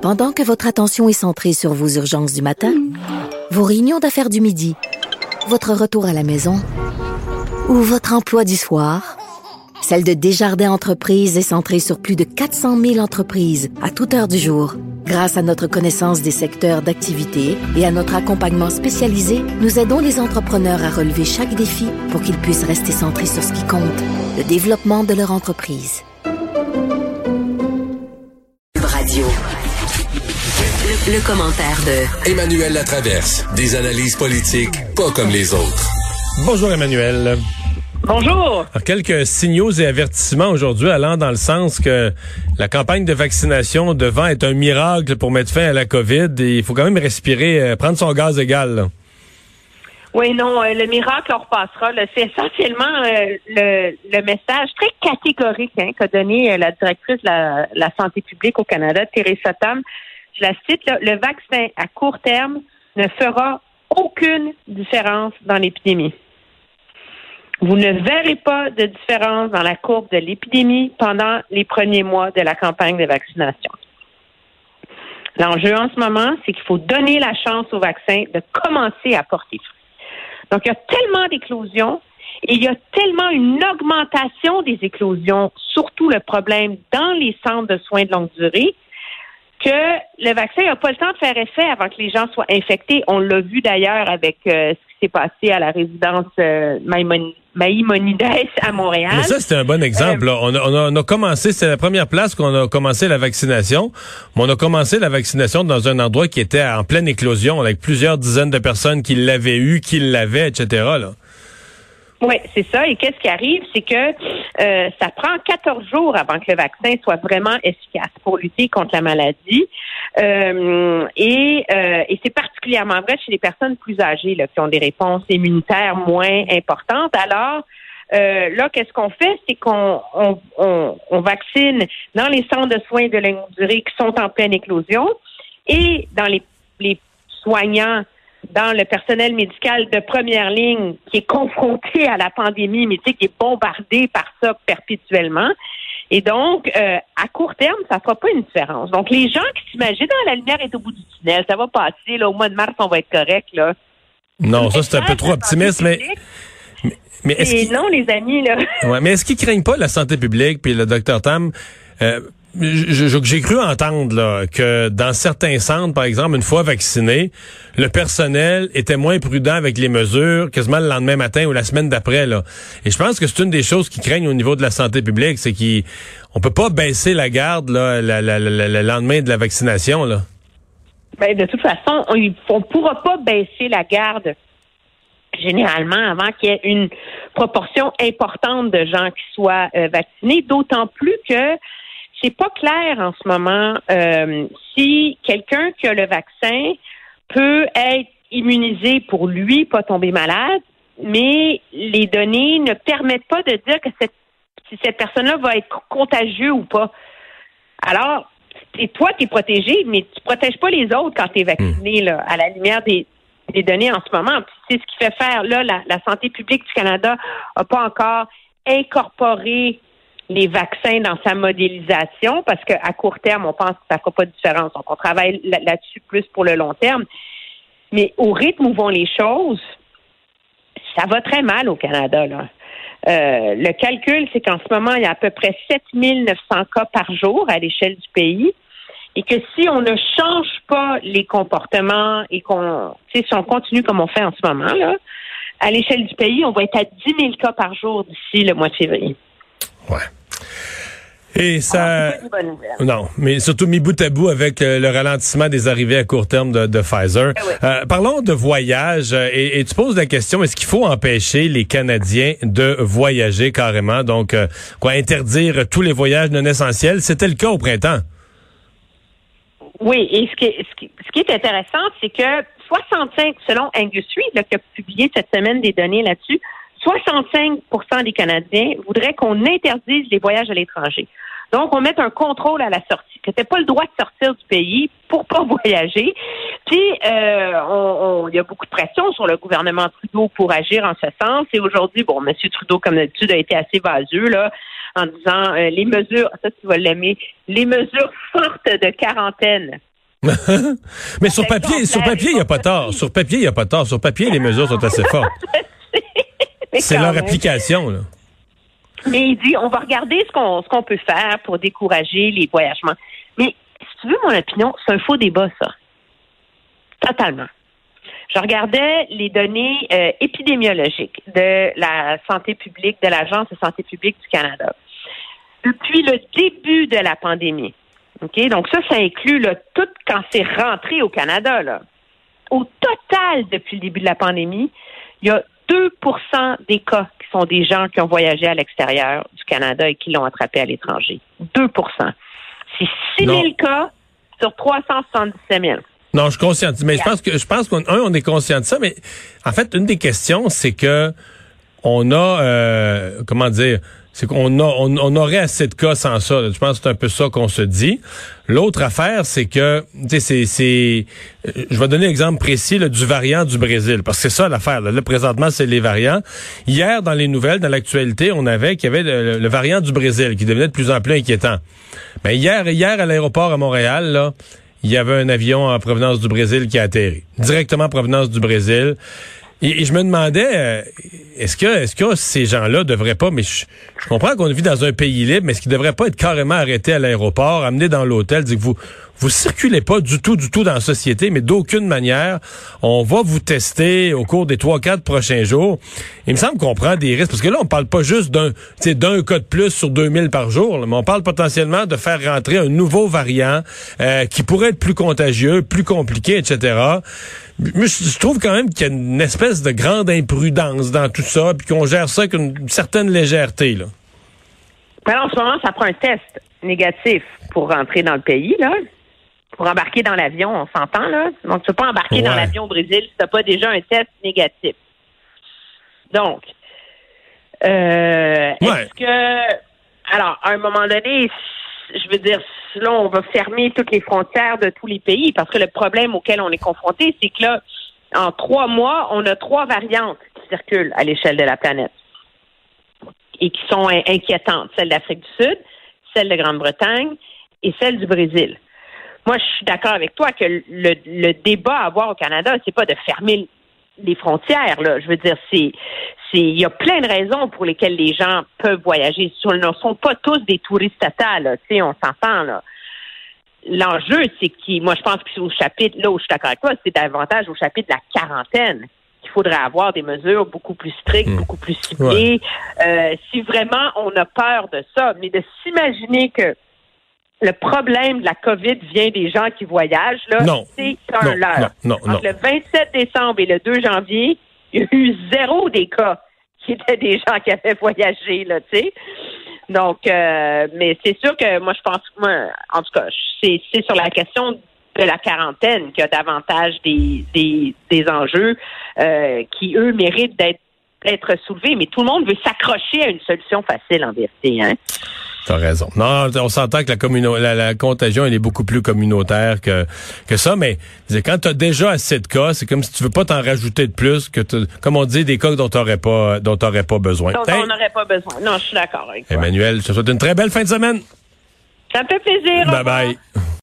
Pendant que votre attention est centrée sur vos urgences du matin, vos réunions d'affaires du midi, votre retour à la maison ou votre emploi du soir, celle de Desjardins Entreprises est centrée sur plus de 400 000 entreprises à toute heure du jour. Grâce à notre connaissance des secteurs d'activité et à notre accompagnement spécialisé, nous aidons les entrepreneurs à relever chaque défi pour qu'ils puissent rester centrés sur ce qui compte, le développement de leur entreprise. Radio. Le commentaire de Emmanuel Latraverse. Des analyses politiques pas comme les autres. Bonjour Emmanuel. Bonjour. Alors, quelques signaux et avertissements aujourd'hui allant dans le sens que la campagne de vaccination devant être un miracle pour mettre fin à la COVID, et il faut quand même respirer, prendre son gaz égal. Là. Oui, non, le miracle, on repassera. Là. C'est essentiellement le message très catégorique qu'a donné la directrice de la santé publique au Canada, Theresa Tam. Je la cite, là, le vaccin à court terme ne fera aucune différence dans l'épidémie. Vous ne verrez pas de différence dans la courbe de l'épidémie pendant les premiers mois de la campagne de vaccination. L'enjeu en ce moment, c'est qu'il faut donner la chance au vaccin de commencer à porter fruit. Donc, il y a tellement d'éclosions et il y a tellement une augmentation des éclosions, surtout le problème dans les centres de soins de longue durée, que le vaccin n'a pas le temps de faire effet avant que les gens soient infectés. On l'a vu d'ailleurs avec ce qui s'est passé à la résidence Maïmonides à Montréal. Mais ça, c'était un bon exemple. Là. On a commencé, c'est la première place qu'on a commencé la vaccination, mais on a commencé la vaccination dans un endroit qui était en pleine éclosion, avec plusieurs dizaines de personnes qui l'avaient eu, qui l'avaient, etc. Là. Oui, c'est ça. Et qu'est-ce qui arrive, c'est que ça prend 14 jours avant que le vaccin soit vraiment efficace pour lutter contre la maladie. Et c'est particulièrement vrai chez les personnes plus âgées là, qui ont des réponses immunitaires moins importantes. Alors, là, qu'est-ce qu'on fait? C'est qu'on vaccine dans les centres de soins de longue durée qui sont en pleine éclosion et dans les soignants, dans le personnel médical de première ligne qui est confronté à la pandémie, mais tu sais, qui est bombardé par ça perpétuellement. Et donc, à court terme, ça ne fera pas une différence. Donc, les gens qui s'imaginent, la lumière est au bout du tunnel, ça va passer, là, au mois de mars, on va être correct, là. Non, ça, c'est un peu trop optimiste, mais est-ce non, les amis, là. Ouais, mais est-ce qu'ils craignent pas la santé publique, puis le docteur Tam, j'ai cru entendre là, que dans certains centres, par exemple, une fois vacciné, le personnel était moins prudent avec les mesures quasiment le lendemain matin ou la semaine d'après. Là. Et je pense que c'est une des choses qui craignent au niveau de la santé publique, c'est qu'on peut pas baisser la garde là, le lendemain de la vaccination. Là. Ben, de toute façon, on pourra pas baisser la garde généralement avant qu'il y ait une proportion importante de gens qui soient vaccinés, d'autant plus que c'est pas clair en ce moment si quelqu'un qui a le vaccin peut être immunisé pour lui, pas tomber malade, mais les données ne permettent pas de dire que si cette personne-là va être contagieuse ou pas. Alors, toi, tu es protégé, mais tu protèges pas les autres quand tu es vacciné, là, à la lumière des données en ce moment. Puis c'est ce qui fait faire, là, la santé publique du Canada n'a pas encore incorporé les vaccins dans sa modélisation, parce qu'à court terme, on pense que ça ne fera pas de différence. Donc, on travaille là-dessus plus pour le long terme. Mais au rythme où vont les choses, ça va très mal au Canada, là. Le calcul, c'est qu'en ce moment, il y a à peu près 7900 cas par jour à l'échelle du pays, et que si on ne change pas les comportements et si on continue comme on fait en ce moment, là, à l'échelle du pays, on va être à 10 000 cas par jour d'ici le mois de février. Ouais. Et ça. C'est pas une bonne nouvelle. Non, mais surtout mis bout à bout avec le ralentissement des arrivées à court terme de Pfizer. Oui. Parlons de voyage et tu poses la question, est-ce qu'il faut empêcher les Canadiens de voyager carrément? Donc, interdire tous les voyages non essentiels? C'était le cas au printemps. Oui, et ce qui est intéressant, c'est que 65, selon Angus Reid, là, qui a publié cette semaine des données là-dessus, 65% des Canadiens voudraient qu'on interdise les voyages à l'étranger. Donc, on met un contrôle à la sortie, que tu n'as pas le droit de sortir du pays pour pas voyager. Puis, il y a beaucoup de pression sur le gouvernement Trudeau pour agir en ce sens. Et aujourd'hui, M. Trudeau, comme d'habitude, a été assez vaseux, là, en disant les mesures, ça tu vas l'aimer, les mesures fortes de quarantaine Mais sur papier, il n'y a pas tort. Sur papier, il n'y a pas tort. Sur papier, les mesures sont assez fortes. C'est leur application, là. Mais il dit, on va regarder ce qu'on peut faire pour décourager les voyagements. Mais, si tu veux mon opinion, c'est un faux débat, ça. Totalement. Je regardais les données épidémiologiques de la santé publique, de l'Agence de santé publique du Canada. Depuis le début de la pandémie, OK? Donc ça inclut là, tout quand c'est rentré au Canada. Là. Au total, depuis le début de la pandémie, il y a 2% des cas qui sont des gens qui ont voyagé à l'extérieur du Canada et qui l'ont attrapé à l'étranger. 2%. C'est 6 000 cas sur 377 000. Non, je suis conscient. Mais je pense on est conscient de ça. Mais en fait, une des questions, c'est que on a, c'est qu'on aurait assez de cas sans ça. Je pense que c'est un peu ça qu'on se dit. L'autre affaire, c'est que, tu sais, je vais donner un exemple précis là, du variant du Brésil, parce que c'est ça l'affaire. Là, présentement, c'est les variants. Hier, dans les nouvelles, dans l'actualité, on avait qu'il y avait le variant du Brésil qui devenait de plus en plus inquiétant. Mais hier à l'aéroport à Montréal, là, il y avait un avion en provenance du Brésil qui a atterri. Directement en provenance du Brésil. Et je me demandais, est-ce que ces gens-là devraient pas, mais je comprends qu'on vit dans un pays libre, mais est-ce qu'ils devraient pas être carrément arrêtés à l'aéroport, amenés dans l'hôtel, dire que vous circulez pas du tout dans la société, mais d'aucune manière, on va vous tester au cours des 3-4 prochains jours. Il me semble qu'on prend des risques, parce que là, on parle pas juste d'un cas de plus sur 2000 par jour, là, mais on parle potentiellement de faire rentrer un nouveau variant qui pourrait être plus contagieux, plus compliqué, etc. Mais je trouve quand même qu'il y a une espèce de grande imprudence dans tout ça, puis qu'on gère ça avec une certaine légèreté, là. Alors, en ce moment, ça prend un test négatif pour rentrer dans le pays, là. Pour embarquer dans l'avion, on s'entend, là. Donc, tu peux pas embarquer dans l'avion au Brésil si t'as pas déjà un test négatif. Donc, est-ce que... Alors, à un moment donné, je veux dire, là, on va fermer toutes les frontières de tous les pays parce que le problème auquel on est confronté, c'est que là, en 3 mois, on a 3 variantes qui circulent à l'échelle de la planète et qui sont inquiétantes. Celle d'Afrique du Sud, celle de Grande-Bretagne et celle du Brésil. Moi, je suis d'accord avec toi que le débat à avoir au Canada, c'est pas de fermer les frontières, là. Je veux dire, il y a plein de raisons pour lesquelles les gens peuvent voyager. Ils ne sont pas tous des touristes tata, là. Tu sais, on s'entend, là. L'enjeu, c'est moi, je pense que au chapitre, là où je suis d'accord avec toi, c'est davantage au chapitre de la quarantaine qu'il faudrait avoir des mesures beaucoup plus strictes, beaucoup plus ciblées. Ouais. Si vraiment on a peur de ça, mais de s'imaginer que le problème de la COVID vient des gens qui voyagent, là, c'est un leurre. Entre le 27 décembre et le 2 janvier, il y a eu 0 des cas qui étaient des gens qui avaient voyagé, là, tu sais. Donc, mais c'est sûr que moi, je pense que moi, en tout cas, c'est sur la question de la quarantaine qu'il y a davantage des enjeux qui, eux, méritent d'être soulevés. Mais tout le monde veut s'accrocher à une solution facile, en vérité, hein. T'as raison. Non, on s'entend que la contagion, elle est beaucoup plus communautaire que ça, mais quand t'as déjà assez de cas, c'est comme si tu veux pas t'en rajouter de plus, comme on dit, des cas dont t'aurais pas besoin. Dont on n'aurait pas besoin. Non, je suis d'accord avec toi. Emmanuel, je te souhaite une très belle fin de semaine. Ça me fait plaisir. Bye bye.